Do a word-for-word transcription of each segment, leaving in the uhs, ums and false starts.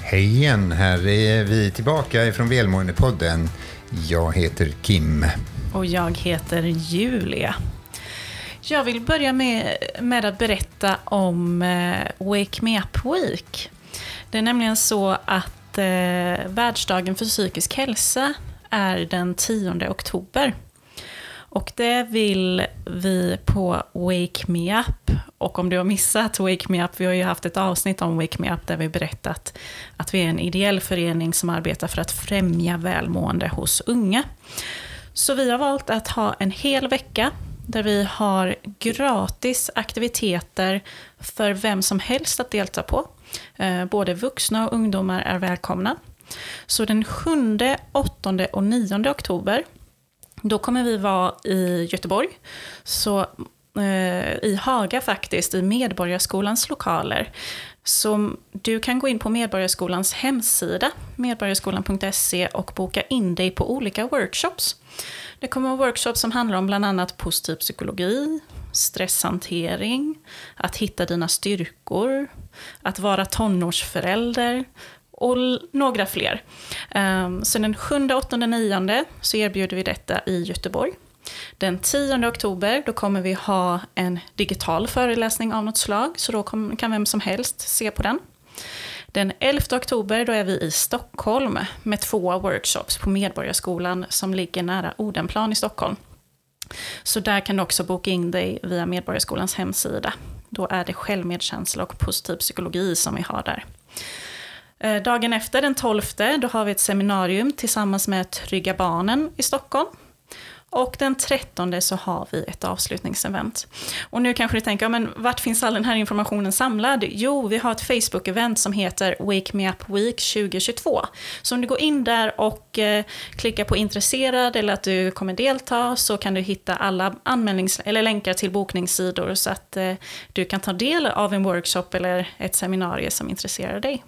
Hej igen, här är vi tillbaka från Välmåendepodden. Jag heter Kim. Och jag heter Julia. Jag vill börja med, med att berätta om eh, Wake Me Up Week. Det är nämligen så att eh, världsdagen för psykisk hälsa är den tionde oktober. Och det vill vi på Wake Me Up, och om du har missat Wake Me Up, vi har ju haft ett avsnitt om Wake Me Up där vi berättat att vi är en ideell förening som arbetar för att främja välmående hos unga. Så vi har valt att ha en hel vecka där vi har gratis aktiviteter för vem som helst att delta på. Både vuxna och ungdomar är välkomna. Så den sjunde, åttonde och nionde oktober, då kommer vi vara i Göteborg, så eh, i Haga faktiskt, i Medborgarskolans lokaler. Så du kan gå in på Medborgarskolans hemsida, medborgarskolan punkt se, och boka in dig på olika workshops. Det kommer vara workshops som handlar om bland annat positiv psykologi, stresshantering, att hitta dina styrkor, att vara tonårsförälder och några fler. Så den sjunde, åttonde, nionde så erbjuder vi detta i Göteborg. Den tionde oktober då kommer vi ha en digital föreläsning av något slag, så då kan vem som helst se på den. Den elfte oktober då är vi i Stockholm med två workshops på Medborgarskolan som ligger nära Odenplan i Stockholm. Så där kan du också boka in dig via Medborgarskolans hemsida. Då är det självmedkänsla och positiv psykologi som vi har där. Dagen efter, den tolfte, då har vi ett seminarium tillsammans med Trygga Barnen i Stockholm. Och den trettonde så har vi ett avslutningsevent. Och nu kanske du tänker, ja, men vart finns all den här informationen samlad? Jo, vi har ett Facebook-event som heter Wake Me Up Week tjugo tjugotvå. Så om du går in där och eh, klickar på intresserad eller att du kommer delta, så kan du hitta alla anmälnings- eller länkar till bokningssidor så att eh, du kan ta del av en workshop eller ett seminarium som intresserar dig.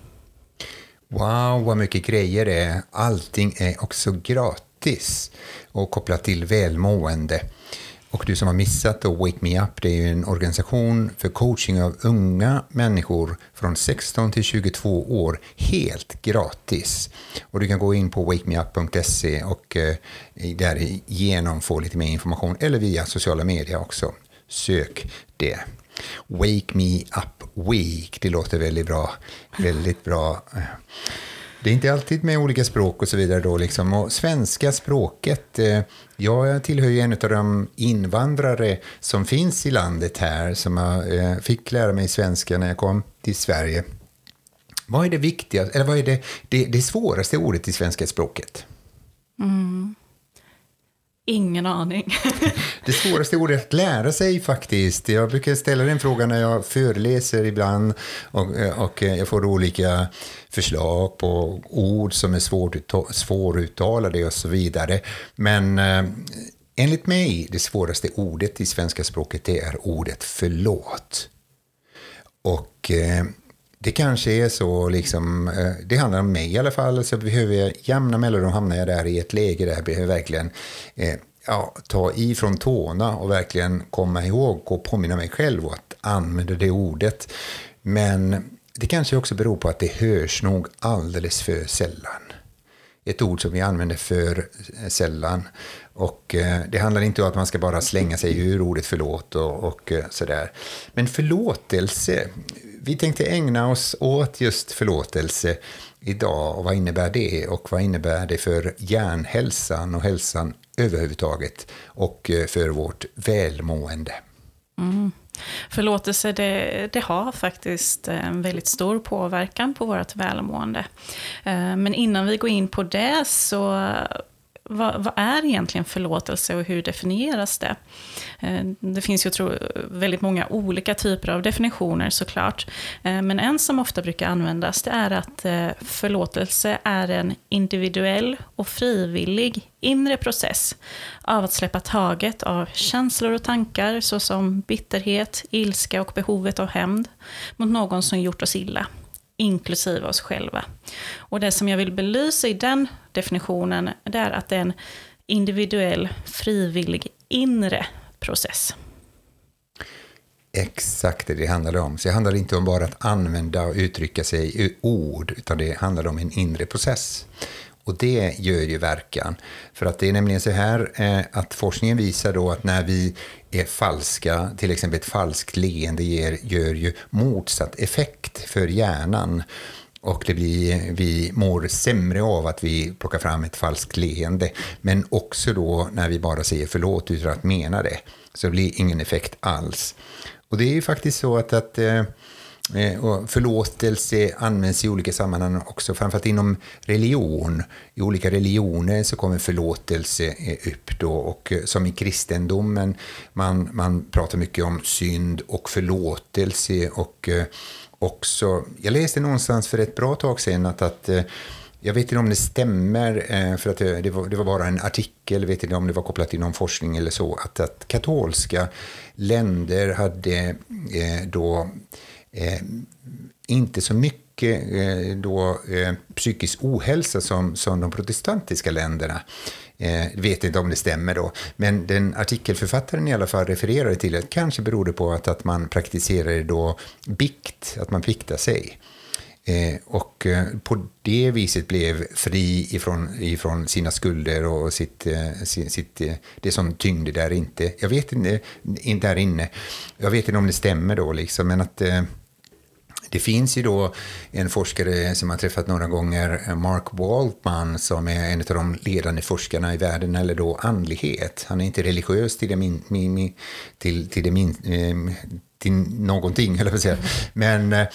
Wow, vad mycket grejer det är. Allting är också gratis och kopplat till välmående. Och du som har missat då, Wake Me Up, det är ju en organisation för coaching av unga människor från sexton till tjugotvå år, helt gratis. Och du kan gå in på wake me up punkt se och eh, därigenom få lite mer information, eller via sociala medier också. Sök det. Wake Me Up Week, det låter väldigt bra, väldigt bra. Det är inte alltid med olika språk och så vidare då liksom. Och svenska språket, eh, jag tillhör ju en av de invandrare som finns i landet här, som jag eh, fick lära mig svenska när jag kom till Sverige. Vad är det viktigaste, eller vad är det, det, det svåraste ordet i svenska språket? Mm. Ingen aning. Det svåraste ordet att lära sig faktiskt. Jag brukar ställa den frågan när jag föreläser ibland och, och jag får olika förslag på ord som är svårt, svåruttalade och så vidare. Men eh, enligt mig, det svåraste ordet i svenska språket, det är ordet förlåt. Och eh, det kanske är så, liksom, det handlar om mig i alla fall, så behöver jag jämna mellan, hamnar jag där i ett läge där jag behöver verkligen eh, ja, ta ifrån tårna och verkligen komma ihåg och påminna mig själv att använda det ordet. Men det kanske också beror på att det hörs nog alldeles för sällan. Ett ord som vi använder för sällan. Och eh, det handlar inte om att man ska bara slänga sig ur ordet förlåt och, och eh, sådär. Men förlåtelse, vi tänkte ägna oss åt just förlåtelse idag. Och vad innebär det? Och vad innebär det för hjärnhälsan och hälsan överhuvudtaget? Och eh, för vårt välmående. Mm. Förlåtelse, det, det har faktiskt en väldigt stor påverkan på vårt välmående. Men innan vi går in på det, så vad, vad är egentligen förlåtelse och hur definieras det? Det finns ju tro, väldigt många olika typer av definitioner såklart. Men en som ofta brukar användas, det är att förlåtelse är en individuell och frivillig inre process av att släppa taget av känslor och tankar såsom bitterhet, ilska och behovet av hämnd mot någon som gjort oss illa, inklusive oss själva. Och det som jag vill belysa i den definitionen, det är att det är en individuell, frivillig, inre process. Exakt det det handlar om. Så det handlar inte om bara att använda och uttrycka sig i ord, utan det handlar om en inre process. Och det gör ju verkan. För att det är nämligen så här eh, att forskningen visar då att när vi är falska, till exempel ett falskt leende ger, gör ju motsatt effekt för hjärnan. Och det blir, vi mår sämre av att vi plockar fram ett falskt leende. Men också då när vi bara säger förlåt utan att mena det. Så det blir ingen effekt alls. Och det är ju faktiskt så att, att eh, och förlåtelse används i olika sammanhang också, framförallt inom religion. I olika religioner så kommer förlåtelse upp då, och som i kristendomen man, man pratar mycket om synd och förlåtelse, och också, jag läste någonstans för ett bra tag sedan att, att jag vet inte om det stämmer, för att det var, det var bara en artikel, vet inte om det var kopplat till någon forskning eller så, att, att katolska länder hade då Eh, inte så mycket eh, då, eh, psykisk ohälsa som, som de protestantiska länderna. Eh, vet inte om det stämmer då. Men den artikelförfattaren i alla fall refererade till att kanske berodde på att, att man praktiserade då bikt, att man biktar sig. Eh, och eh, på det viset blev fri ifrån, ifrån sina skulder och sitt, eh, sitt, sitt, eh, det som tyngde där inte. Jag vet inte, inte där inne. Jag vet inte om det stämmer då liksom, men att eh, det finns ju då en forskare som har träffat några gånger, Mark Waltman, som är en av de ledande forskarna i världen, eller då andlighet. Han är inte religiös till det min, min, till, till det min, eh, till någonting, eller vad säga. Men eh,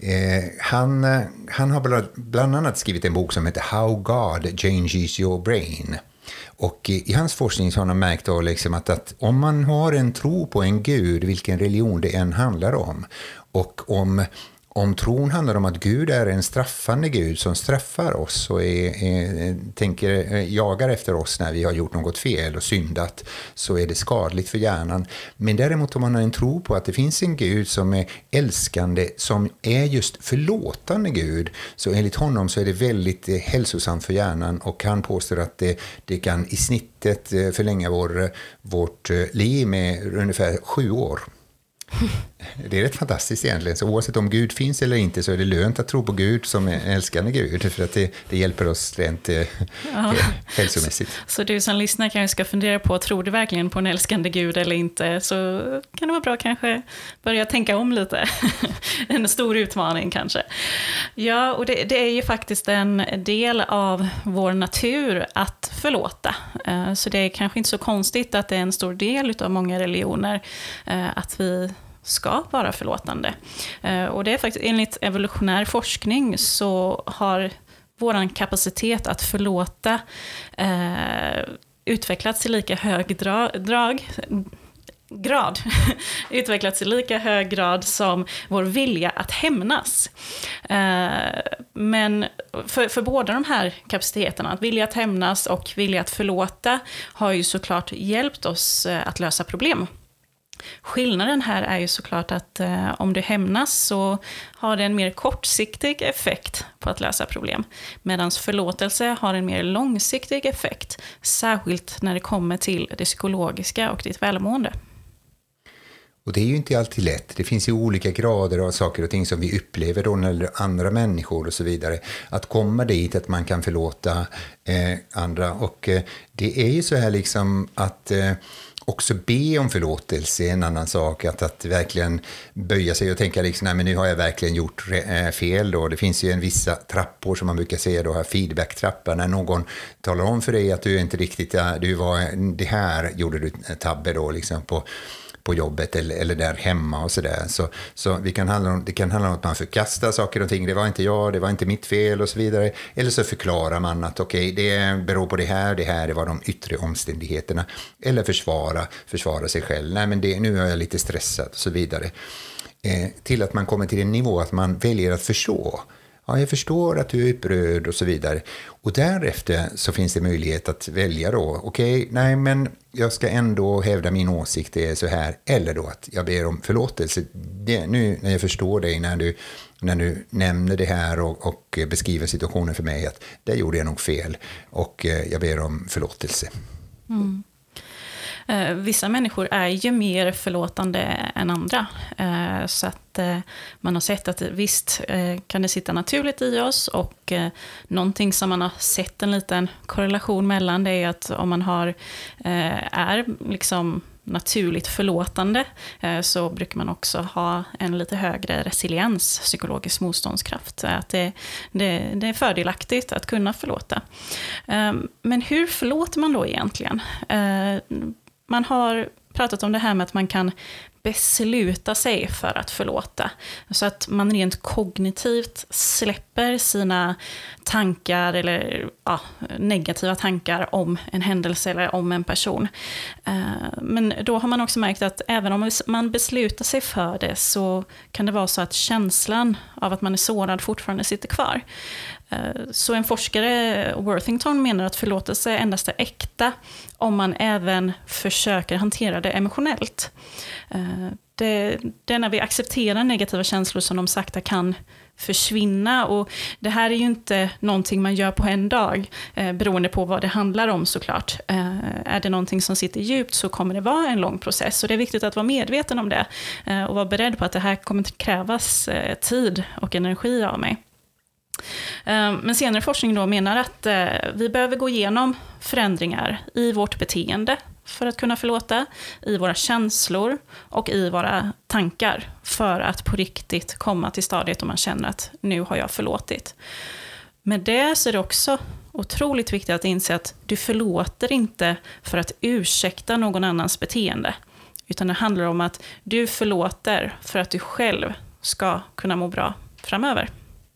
han, han har bland, bland annat skrivit en bok som heter How God Changes Your Brain. Och i, i hans forskning så har han märkt då liksom att, att om man har en tro på en gud, vilken religion det än handlar om, och om Om tron handlar om att Gud är en straffande Gud som straffar oss och är, är, tänker, jagar efter oss när vi har gjort något fel och syndat, så är det skadligt för hjärnan. Men däremot om man har en tro på att det finns en Gud som är älskande, som är just förlåtande Gud, så enligt honom så är det väldigt hälsosamt för hjärnan, och han påstår att det, det kan i snittet förlänga vår, vårt liv med ungefär sju år. Det är rätt fantastiskt egentligen. Så oavsett om Gud finns eller inte, så är det lönt att tro på Gud som en älskande Gud, för att det, det hjälper oss rent eh, ja. hälsomässigt. Så du som lyssnar kanske ska fundera på, tror du verkligen på en älskande Gud eller inte, så kan det vara bra kanske börja tänka om lite. En stor utmaning kanske. Ja, och det, det är ju faktiskt en del av vår natur att förlåta. Så det är kanske inte så konstigt att det är en stor del av många religioner att vi ska vara förlåtande. Och det är faktiskt, enligt evolutionär forskning så har vår kapacitet att förlåta eh, utvecklats i lika hög dra, drag, grad utvecklats i lika hög grad som vår vilja att hämnas. Eh, men för, för båda de här kapaciteterna, att vilja att hämnas och vilja att förlåta, har ju såklart hjälpt oss att lösa problem. Skillnaden här är ju såklart att eh, om du hämnas så har det en mer kortsiktig effekt på att lösa problem. Medan förlåtelse har en mer långsiktig effekt, särskilt när det kommer till det psykologiska och ditt välmående. Och det är ju inte alltid lätt. Det finns ju olika grader av saker och ting som vi upplever då när det är andra människor och så vidare. Att komma dit att man kan förlåta eh, andra. Och eh, det är ju så här liksom att eh, också be om förlåtelse är en annan sak. Att, att verkligen böja sig och tänka liksom, nej men nu har jag verkligen gjort eh, fel då. Det finns ju en vissa trappor som man brukar säga då, här feedback-trappar. När någon talar om för dig att du inte riktigt, du var, det här gjorde du tabbe då liksom på på jobbet eller, eller där hemma och sådär. Så, så vi kan handla om, det kan handla om att man förkastar saker och ting. Det var inte jag, det var inte mitt fel och så vidare. Eller så förklarar man att okej, okay, det beror på det här, det här det var de yttre omständigheterna. Eller försvara, försvara sig själv. Nej men det, nu är jag lite stressad och så vidare. Eh, till att man kommer till en nivå att man väljer att förstå. Ja, jag förstår att du är upprörd och så vidare. Och därefter så finns det möjlighet att välja då. Okej, okay, nej men jag ska ändå hävda min åsikt, det är så här. Eller då att jag ber om förlåtelse. Det, nu när jag förstår dig, när du, när du nämner det här och, och beskriver situationen för mig, att där gjorde jag nog fel. Och jag ber om förlåtelse. Mm. Eh, vissa människor är ju mer förlåtande än andra. Eh, så att eh, man har sett att visst eh, kan det sitta naturligt i oss, och eh, någonting som man har sett en liten korrelation mellan, det är att om man har, eh, är liksom naturligt förlåtande, eh, så brukar man också ha en lite högre resiliens, psykologisk motståndskraft. Att det, det, det är fördelaktigt att kunna förlåta. Eh, men hur förlåter man då egentligen? Eh, man har pratat om det här med att man kan besluta sig för att förlåta. Så att man rent kognitivt släpper sina tankar eller ja, negativa tankar om en händelse eller om en person. Men då har man också märkt att även om man beslutar sig för det, så kan det vara så att känslan av att man är sårad fortfarande sitter kvar. Så en forskare, Worthington, menar att förlåtelse endast är äkta om man även försöker hantera det emotionellt. Det, det är när vi accepterar negativa känslor som de sakta kan försvinna, och det här är ju inte någonting man gör på en dag, eh, beroende på vad det handlar om såklart. Eh, är det någonting som sitter djupt, så kommer det vara en lång process, och det är viktigt att vara medveten om det eh, och vara beredd på att det här kommer att krävas eh, tid och energi av mig. Men senare forskning då menar att vi behöver gå igenom förändringar i vårt beteende för att kunna förlåta, i våra känslor och i våra tankar, för att på riktigt komma till stadiet om man känner att nu har jag förlåtit. Med det så är det också otroligt viktigt att inse att du förlåter inte för att ursäkta någon annans beteende, utan det handlar om att du förlåter för att du själv ska kunna må bra framöver.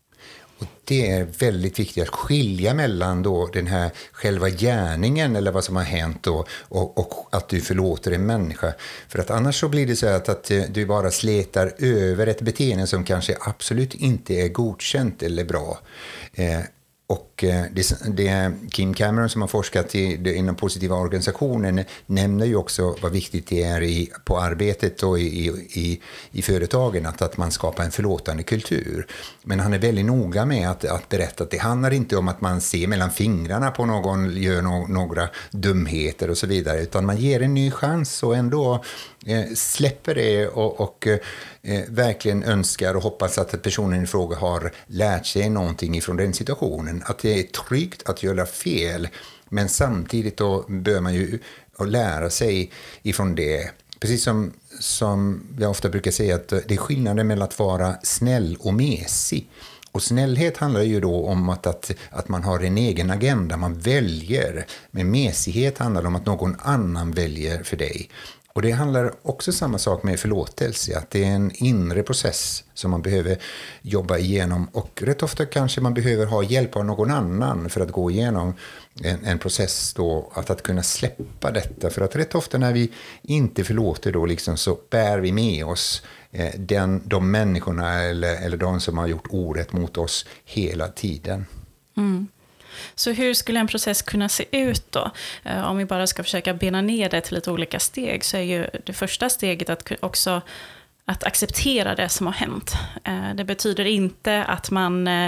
Och det är väldigt viktigt att skilja mellan då den här själva gärningen eller vad som har hänt då, och, och att du förlåter en människa. För att annars så blir det så att, att du bara sletar över ett beteende som kanske absolut inte är godkänt eller bra. Eh, Och det, det Kim Cameron som har forskat i, det, inom positiva organisationen nämner ju också vad viktigt det är i, på arbetet och i, i, i företagen att, att man skapar en förlåtande kultur. Men han är väldigt noga med att, att berätta att det handlar inte om att man ser mellan fingrarna på någon, gör no, några dumheter och så vidare, utan man ger en ny chans och ändå eh, släpper det och, och eh, verkligen önskar och hoppas att personen i fråga har lärt sig någonting ifrån den situationen. Att det är tryggt att göra fel, men samtidigt då bör man ju lära sig ifrån det. Precis som, som jag ofta brukar säga, att det är skillnaden mellan att vara snäll och mesig. Och snällhet handlar ju då om att, att, att man har en egen agenda, man väljer. Men mesighet handlar om att någon annan väljer för dig. Och det handlar också samma sak med förlåtelse, att det är en inre process som man behöver jobba igenom, och rätt ofta kanske man behöver ha hjälp av någon annan för att gå igenom en, en process då, att, att kunna släppa detta. För att rätt ofta när vi inte förlåter då liksom, så bär vi med oss eh, den, de människorna eller, eller de som har gjort orätt mot oss hela tiden. Mm. Så hur skulle en process kunna se ut då? Om vi bara ska försöka bena ner det till lite olika steg, så är ju det första steget att också att acceptera det som har hänt. Det betyder inte att man eh,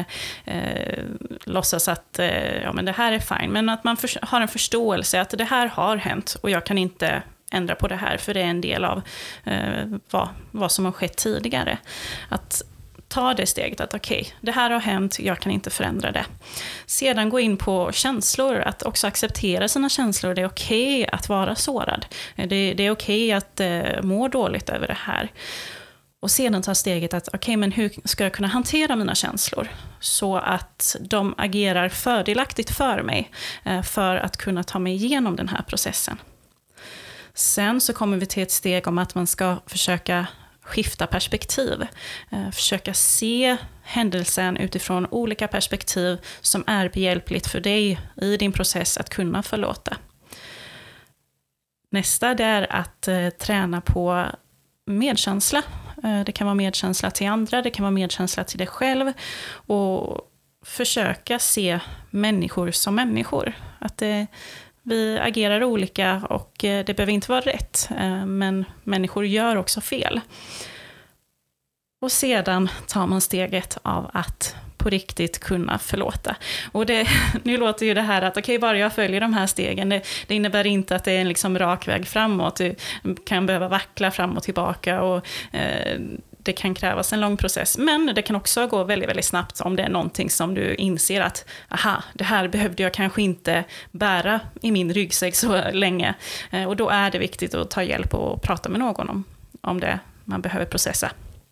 låtsas att eh, ja, men det här är fine, men att man för, har en förståelse att det här har hänt och jag kan inte ändra på det här, för det är en del av eh, vad, vad som har skett tidigare. Att ta det steget att okej, okay, det här har hänt, jag kan inte förändra det. Sedan gå in på känslor, att också acceptera sina känslor. Det är okej okay att vara sårad. Det, det är okej okay att eh, må dåligt över det här. Och sedan ta steget att okej, okay, men hur ska jag kunna hantera mina känslor så att de agerar fördelaktigt för mig, eh, för att kunna ta mig igenom den här processen. Sen så kommer vi till ett steg om att man ska försöka skifta perspektiv. Eh, försöka se händelsen utifrån olika perspektiv som är behjälpligt för dig i din process att kunna förlåta. Nästa det är att eh, träna på medkänsla. Eh, det kan vara medkänsla till andra, det kan vara medkänsla till dig själv, och försöka se människor som människor. Att det Vi agerar olika och det behöver inte vara rätt, men människor gör också fel. Och sedan tar man steget av att på på riktigt kunna förlåta. Och det, nu låter ju det här att okej, okay, bara jag följer de här stegen, det, det innebär inte att det är en liksom rak väg framåt. Du kan behöva vackla fram och tillbaka och eh, det kan krävas en lång process. Men det kan också gå väldigt, väldigt snabbt om det är någonting som du inser att aha, det här behövde jag kanske inte bära i min ryggsäck så länge. Eh, och då är det viktigt att ta hjälp och prata med någon om, om det man behöver processa.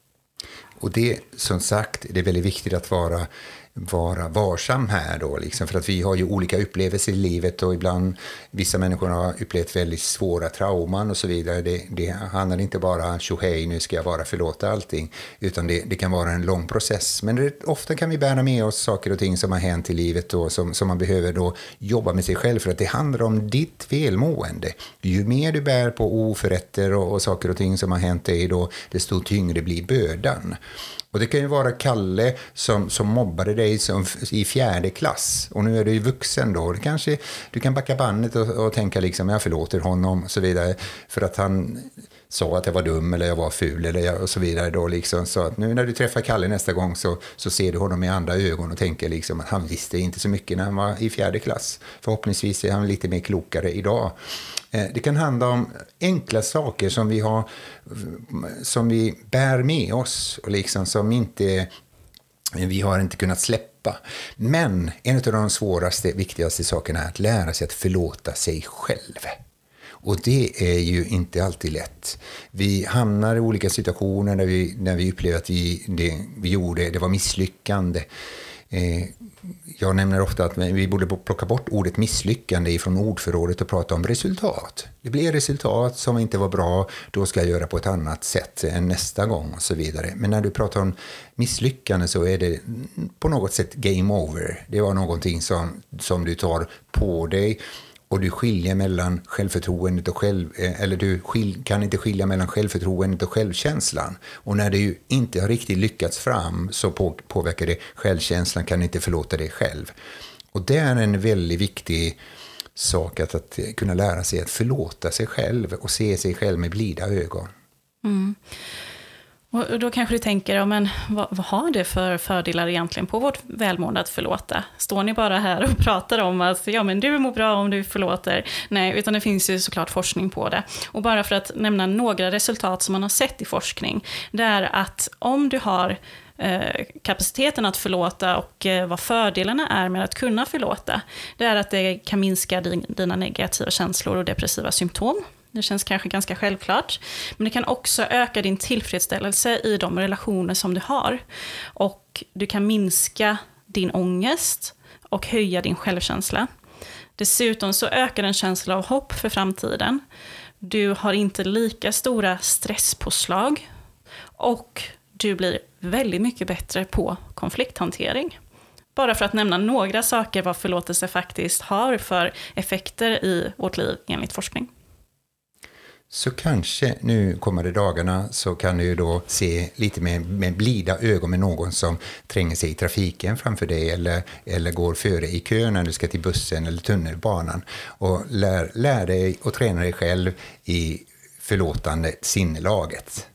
Och det, som sagt, det är väldigt viktigt att vara, vara varsam här då, liksom, för att vi har ju olika upplevelser i livet och ibland vissa människor har upplevt väldigt svåra trauman och så vidare. Det, det handlar inte bara tjohej, nu ska jag bara förlåta allting, utan det, det kan vara en lång process. Men det, ofta kan vi bära med oss saker och ting som har hänt i livet då, som, som man behöver då jobba med sig själv, för att det handlar om ditt välmående. Ju mer du bär på oförrätter och, och saker och ting som har hänt dig då, desto tyngre blir bördan. Och det kan ju vara Kalle som, som mobbade dig som, i fjärde klass. Och nu är du ju vuxen då. Det kanske, du kan backa bandet och, och tänka liksom, jag förlåter honom och så vidare. För att han sa att jag var dum eller jag var ful eller jag, och så vidare då liksom. Så att nu när du träffar Kalle nästa gång så, så ser du honom i andra ögon och tänker liksom att han visste inte så mycket när han var i fjärde klass. Förhoppningsvis är han lite mer klokare idag. Det kan handla om enkla saker som vi har, som vi bär med oss och liksom som inte, vi har inte kunnat släppa. Men en av de svåraste, viktigaste sakerna är att lära sig att förlåta sig själv. Och det är ju inte alltid lätt. Vi hamnar i olika situationer där vi, när vi upplever att vi, det vi gjorde, det var misslyckande. Eh, jag nämner ofta att vi borde plocka bort ordet misslyckande från ordförrådet och prata om resultat. Det blir resultat som inte var bra, då ska jag göra på ett annat sätt än nästa gång och så vidare. Men när du pratar om misslyckande så är det på något sätt game over. Det var någonting som, som du tar på dig. Och du skiljer mellan självförtroendet och själv, eller du skil, kan inte skilja mellan självförtroendet och självkänslan. Och när du inte har riktigt lyckats fram så på, påverkar det självkänslan, kan inte förlåta dig själv. Och det är en väldigt viktig sak att, att kunna lära sig att förlåta sig själv och se sig själv med blida ögon. Mm. Och då kanske du tänker, ja, men vad, vad har det för fördelar egentligen på vårt välmående att förlåta? Står ni bara här och pratar om att ja, men du mår bra om du förlåter? Nej, utan det finns ju såklart forskning på det. Och bara för att nämna några resultat som man har sett i forskning, det är att om du har eh, kapaciteten att förlåta och eh, vad fördelarna är med att kunna förlåta, det är att det kan minska din, dina negativa känslor och depressiva symptom. Det känns kanske ganska självklart. Men det kan också öka din tillfredsställelse i de relationer som du har. Och du kan minska din ångest och höja din självkänsla. Dessutom så ökar en känsla av hopp för framtiden. Du har inte lika stora stresspåslag. Och du blir väldigt mycket bättre på konflikthantering. Bara för att nämna några saker vad förlåtelse faktiskt har för effekter i vårt liv enligt forskning. Så kanske nu kommande dagarna så kan du då se lite med, med blida ögon med någon som tränger sig i trafiken framför dig eller, eller går före i kön när du ska till bussen eller tunnelbanan. Och lär, lär dig och träna dig själv i förlåtande sinnelaget.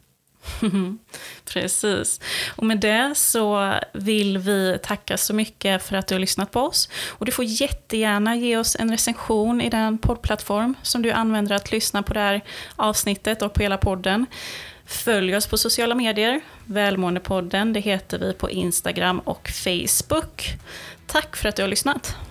Precis. Och med det så vill vi tacka så mycket för att du har lyssnat på oss. Och du får jättegärna ge oss en recension i den poddplattform som du använder att lyssna på det här avsnittet och på hela podden. Följ oss på sociala medier. Välmåendepodden, det heter vi på Instagram och Facebook. Tack för att du har lyssnat.